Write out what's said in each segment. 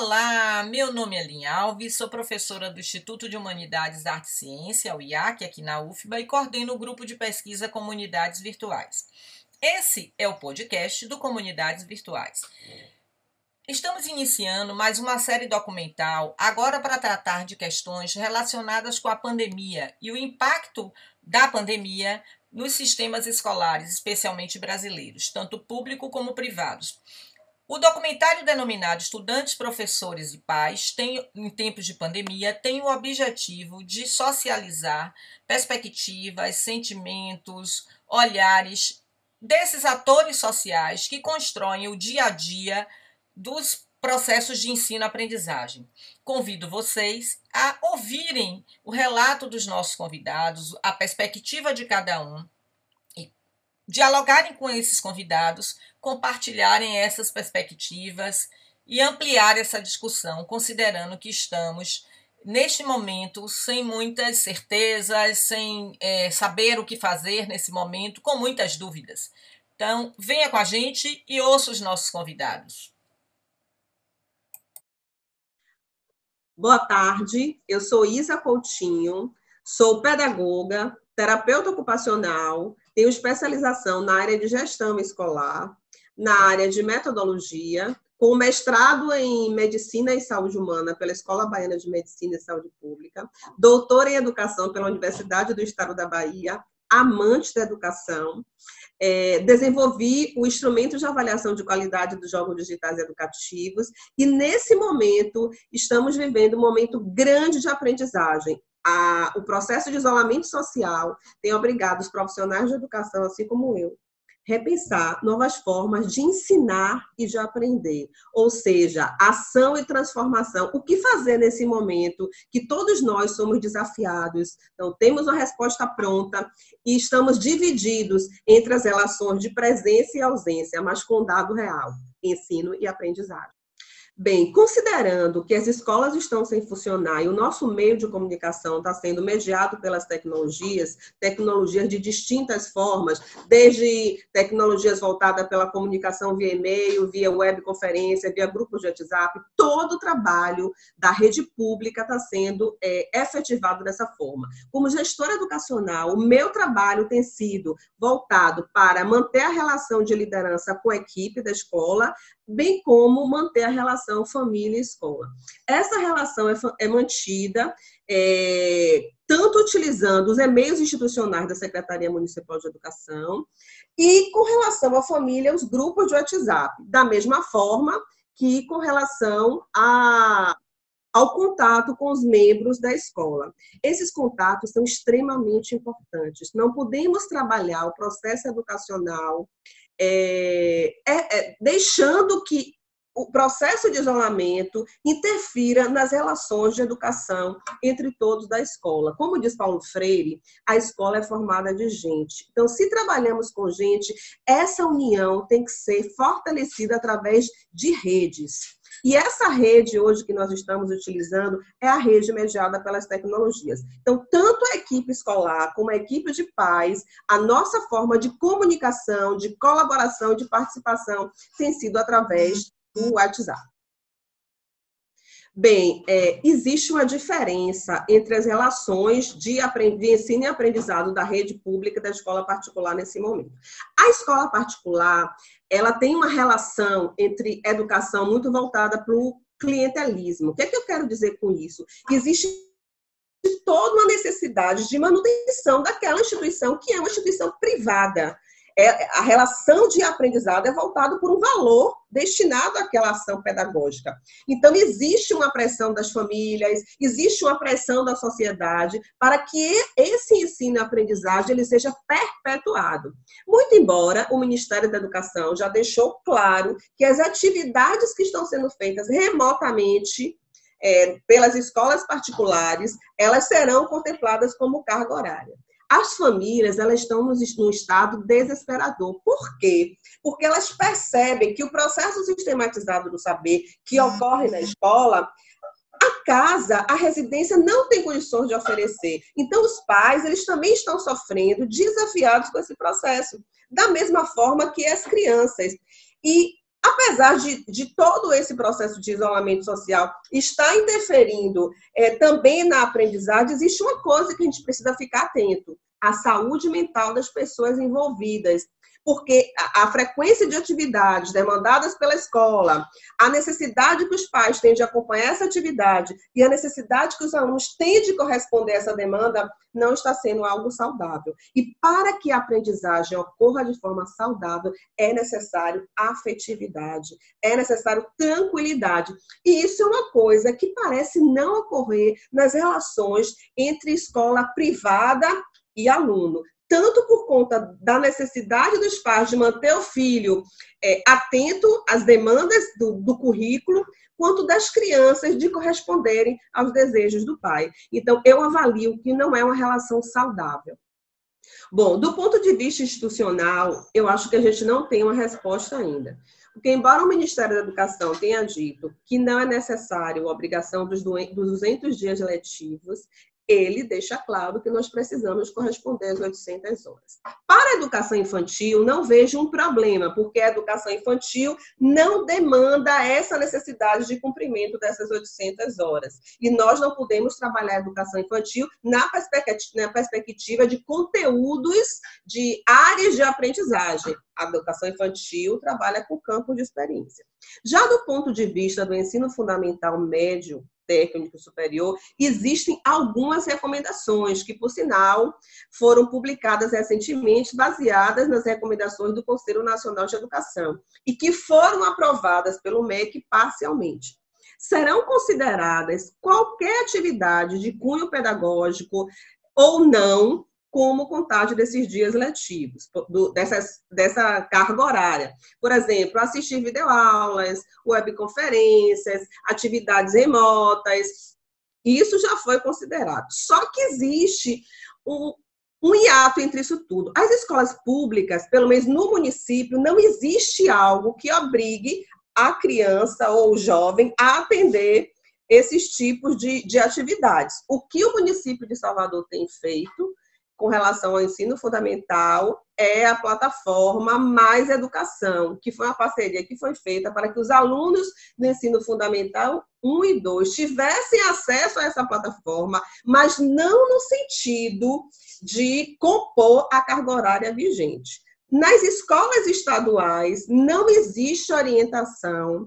Olá, meu nome é Linha Alves, sou professora do Instituto de Humanidades, Arte e Ciência, o IAC, aqui na UFBA, e coordeno o grupo de pesquisa Comunidades Virtuais. Esse é o podcast do Comunidades Virtuais. Estamos iniciando mais uma série documental, agora para tratar de questões relacionadas com a pandemia e o impacto da pandemia nos sistemas escolares, especialmente brasileiros, tanto público como privados. O documentário denominado Estudantes, Professores e Pais, em tempos de pandemia, tem o objetivo de socializar perspectivas, sentimentos, olhares desses atores sociais que constroem o dia a dia dos processos de ensino-aprendizagem. Convido vocês a ouvirem o relato dos nossos convidados, a perspectiva de cada um, e dialogarem com esses convidados, compartilharem essas perspectivas e ampliar essa discussão, considerando que estamos, neste momento, sem muitas certezas, sem saber o que fazer nesse momento, com muitas dúvidas. Então, venha com a gente e ouça os nossos convidados. Boa tarde, eu sou Isa Coutinho, sou pedagoga, terapeuta ocupacional, tenho especialização na área de gestão escolar, na área de metodologia, com mestrado em Medicina e Saúde Humana pela Escola Baiana de Medicina e Saúde Pública, doutora em Educação pela Universidade do Estado da Bahia, amante da educação. Desenvolvi o instrumento de avaliação de qualidade dos jogos digitais educativos e, nesse momento, estamos vivendo um momento grande de aprendizagem. O processo de isolamento social tem obrigado os profissionais de educação, assim como eu, repensar novas formas de ensinar e de aprender, ou seja, ação e transformação. O que fazer nesse momento que todos nós somos desafiados? Então, temos uma resposta pronta e estamos divididos entre as relações de presença e ausência, mas com dado real, ensino e aprendizagem. Bem, considerando que as escolas estão sem funcionar e o nosso meio de comunicação está sendo mediado pelas tecnologias de distintas formas, desde tecnologias voltadas pela comunicação via e-mail, via webconferência, via grupos de WhatsApp, todo o trabalho da rede pública está sendo efetivado dessa forma. Como gestora educacional, o meu trabalho tem sido voltado para manter a relação de liderança com a equipe da escola, bem como manter a relação família e escola. Essa relação é mantida tanto utilizando os e-mails institucionais da Secretaria Municipal de Educação e com relação à família, os grupos de WhatsApp, da mesma forma que com relação ao contato com os membros da escola. Esses contatos são extremamente importantes. Não podemos trabalhar o processo educacional deixando que o processo de isolamento interfira nas relações de educação entre todos da escola. Como diz Paulo Freire, a escola é formada de gente. Então, se trabalhamos com gente, essa união tem que ser fortalecida através de redes. E essa rede hoje que nós estamos utilizando é a rede mediada pelas tecnologias. Então, tanto a equipe escolar como a equipe de pais, a nossa forma de comunicação, de colaboração, de participação tem sido através do WhatsApp. Bem, existe uma diferença entre as relações de ensino e aprendizado da rede pública e da escola particular nesse momento. A escola particular, ela tem uma relação entre educação muito voltada para o clientelismo. O que é que eu quero dizer com isso? Existe toda uma necessidade de manutenção daquela instituição que é uma instituição privada. A relação de aprendizado é voltada por um valor destinado àquela ação pedagógica. Então, existe uma pressão das famílias, existe uma pressão da sociedade para que esse ensino e aprendizagem ele seja perpetuado. Muito embora o Ministério da Educação já deixou claro que as atividades que estão sendo feitas remotamente pelas escolas particulares, elas serão contempladas como carga horária. As famílias, elas estão num estado desesperador. Por quê? Porque elas percebem que o processo sistematizado do saber que ocorre na escola, a casa, a residência não tem condições de oferecer. Então, os pais, eles também estão sofrendo, desafiados com esse processo, da mesma forma que as crianças. E a apesar de todo esse processo de isolamento social estar interferindo também na aprendizagem, existe uma coisa que a gente precisa ficar atento: a saúde mental das pessoas envolvidas. Porque a frequência de atividades demandadas pela escola, a necessidade que os pais têm de acompanhar essa atividade e a necessidade que os alunos têm de corresponder a essa demanda não está sendo algo saudável. E para que a aprendizagem ocorra de forma saudável, é necessário afetividade, é necessário tranquilidade. E isso é uma coisa que parece não ocorrer nas relações entre escola privada e aluno. Tanto por conta da necessidade dos pais de manter o filho atento às demandas do currículo, quanto das crianças de corresponderem aos desejos do pai. Então, eu avalio que não é uma relação saudável. Bom, do ponto de vista institucional, eu acho que a gente não tem uma resposta ainda. Porque, embora o Ministério da Educação tenha dito que não é necessário a obrigação dos 200 dias letivos, ele deixa claro que nós precisamos corresponder às 800 horas. Para a educação infantil, não vejo um problema, porque a educação infantil não demanda essa necessidade de cumprimento dessas 800 horas. E nós não podemos trabalhar a educação infantil na perspectiva de conteúdos de áreas de aprendizagem. A educação infantil trabalha com campo de experiência. Já do ponto de vista do ensino fundamental médio, técnico superior, existem algumas recomendações que, por sinal, foram publicadas recentemente, baseadas nas recomendações do Conselho Nacional de Educação e que foram aprovadas pelo MEC parcialmente. Serão consideradas qualquer atividade de cunho pedagógico ou não como contagem desses dias letivos, dessa carga horária. Por exemplo, assistir videoaulas, webconferências, atividades remotas, isso já foi considerado. Só que existe um hiato entre isso tudo. As escolas públicas, pelo menos no município, não existe algo que obrigue a criança ou o jovem a atender esses tipos de atividades. O que o município de Salvador tem feito com relação ao ensino fundamental é a plataforma Mais Educação, que foi uma parceria que foi feita para que os alunos do ensino fundamental 1 e 2 tivessem acesso a essa plataforma, mas não no sentido de compor a carga horária vigente. Nas escolas estaduais, não existe orientação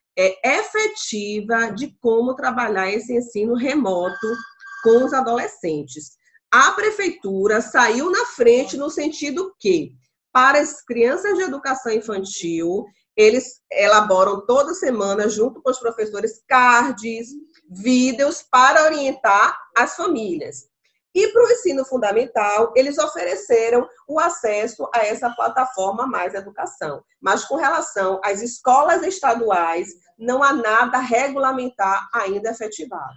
efetiva de como trabalhar esse ensino remoto com os adolescentes. A prefeitura saiu na frente no sentido que, para as crianças de educação infantil, eles elaboram toda semana, junto com os professores, cards, vídeos para orientar as famílias. E para o ensino fundamental, eles ofereceram o acesso a essa plataforma Mais Educação. Mas com relação às escolas estaduais, não há nada regulamentar ainda efetivado.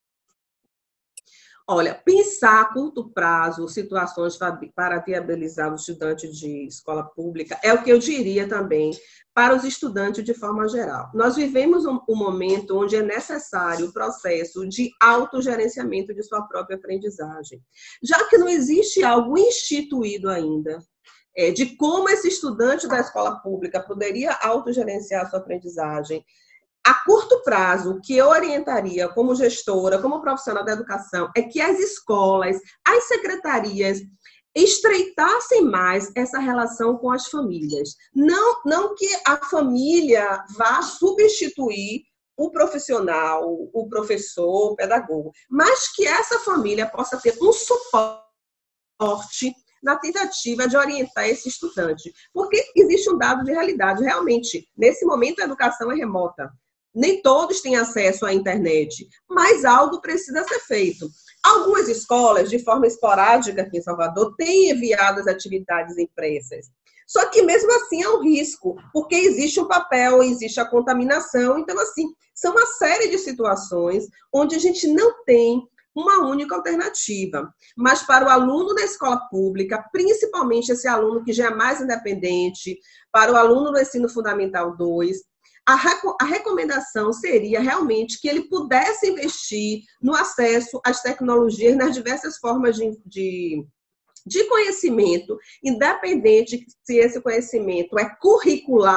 Olha, pensar a curto prazo situações para viabilizar o estudante de escola pública é o que eu diria também para os estudantes de forma geral. Nós vivemos um momento onde é necessário o processo de autogerenciamento de sua própria aprendizagem, já que não existe algo instituído ainda de como esse estudante da escola pública poderia autogerenciar sua aprendizagem. A curto prazo, o que eu orientaria como gestora, como profissional da educação, é que as escolas, as secretarias, estreitassem mais essa relação com as famílias. Não que a família vá substituir o profissional, o professor, o pedagogo, mas que essa família possa ter um suporte na tentativa de orientar esse estudante. Porque existe um dado de realidade. Realmente, nesse momento, a educação é remota. Nem todos têm acesso à internet, mas algo precisa ser feito. Algumas escolas, de forma esporádica aqui em Salvador, têm enviado as atividades impressas. Só que, mesmo assim, é um risco, porque existe um papel, existe a contaminação. Então, assim, são uma série de situações onde a gente não tem uma única alternativa. Mas para o aluno da escola pública, principalmente esse aluno que já é mais independente, para o aluno do ensino fundamental 2, a recomendação seria realmente que ele pudesse investir no acesso às tecnologias, nas diversas formas de conhecimento, independente se esse conhecimento é curricular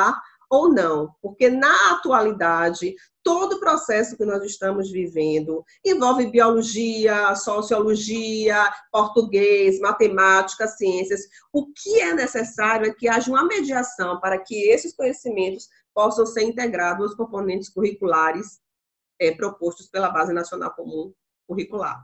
ou não, porque na atualidade, todo o processo que nós estamos vivendo envolve biologia, sociologia, português, matemática, ciências. O que é necessário é que haja uma mediação para que esses conhecimentos possam ser integrados aos componentes curriculares propostos pela Base Nacional Comum Curricular.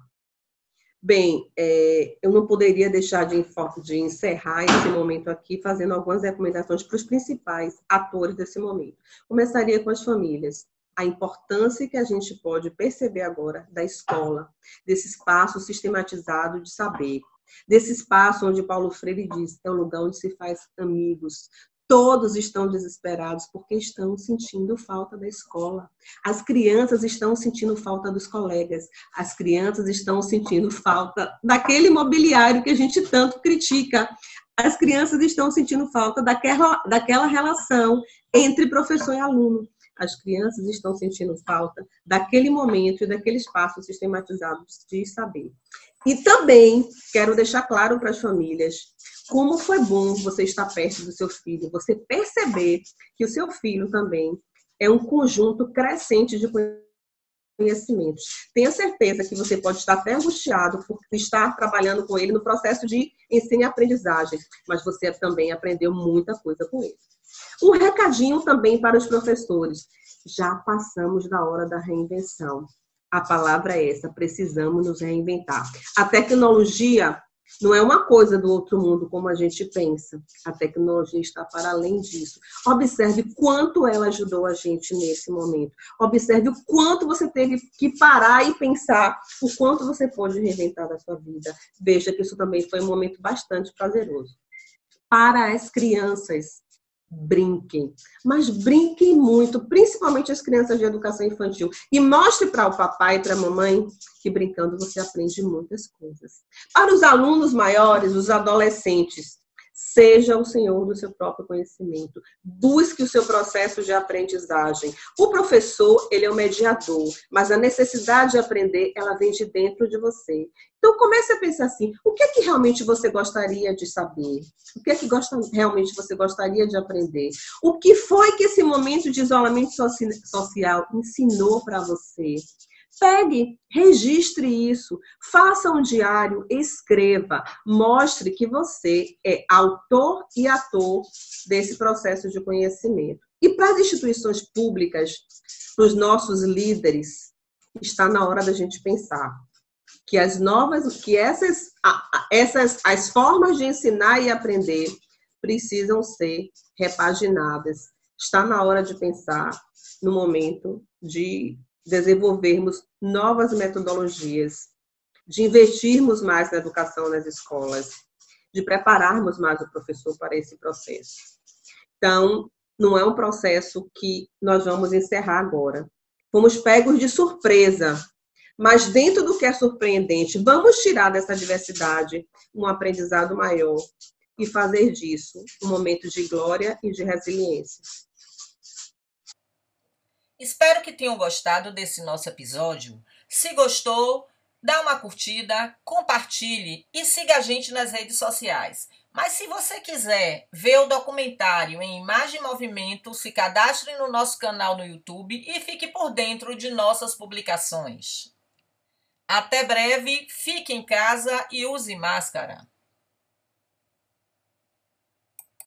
Bem, eu não poderia deixar de encerrar esse momento aqui fazendo algumas recomendações para os principais atores desse momento. Começaria com as famílias. A importância que a gente pode perceber agora da escola, desse espaço sistematizado de saber, desse espaço onde Paulo Freire diz, é o lugar onde se faz amigos. Todos estão desesperados porque estão sentindo falta da escola. As crianças estão sentindo falta dos colegas. As crianças estão sentindo falta daquele mobiliário que a gente tanto critica. As crianças estão sentindo falta daquela relação entre professor e aluno. As crianças estão sentindo falta daquele momento e daquele espaço sistematizado de saber. E também quero deixar claro para as famílias como foi bom você estar perto do seu filho, você perceber que o seu filho também é um conjunto crescente de conhecimentos. Tenha certeza que você pode estar até angustiado por estar trabalhando com ele no processo de ensino e aprendizagem, mas você também aprendeu muita coisa com ele. Um recadinho também para os professores. Já passamos da hora da reinvenção. A palavra é essa, precisamos nos reinventar. A tecnologia não é uma coisa do outro mundo como a gente pensa. A tecnologia está para além disso. Observe quanto ela ajudou a gente nesse momento. Observe o quanto você teve que parar e pensar o quanto você pode reinventar da sua vida. Veja que isso também foi um momento bastante prazeroso. Para as crianças, brinquem, mas brinquem muito, principalmente as crianças de educação infantil. E mostre para o papai e para a mamãe que brincando você aprende muitas coisas. Para os alunos maiores, os adolescentes, seja o senhor do seu próprio conhecimento. Busque o seu processo de aprendizagem. O professor, ele é o mediador, mas a necessidade de aprender, ela vem de dentro de você. Então, comece a pensar assim, o que é que realmente você gostaria de saber? O que é que realmente você gostaria de aprender? O que foi que esse momento de isolamento social ensinou para você? Pegue, registre isso, faça um diário, escreva, mostre que você é autor e ator desse processo de conhecimento. E para as instituições públicas, para os nossos líderes, está na hora da gente pensar que as formas de ensinar e aprender precisam ser repaginadas. Está na hora de pensar no momento de desenvolvermos novas metodologias, de investirmos mais na educação nas escolas, de prepararmos mais o professor para esse processo. Então, não é um processo que nós vamos encerrar agora. Fomos pegos de surpresa, mas dentro do que é surpreendente, vamos tirar dessa diversidade um aprendizado maior e fazer disso um momento de glória e de resiliência. Espero que tenham gostado desse nosso episódio. Se gostou, dá uma curtida, compartilhe e siga a gente nas redes sociais. Mas se você quiser ver o documentário em imagem e movimento, se cadastre no nosso canal no YouTube e fique por dentro de nossas publicações. Até breve, fique em casa e use máscara.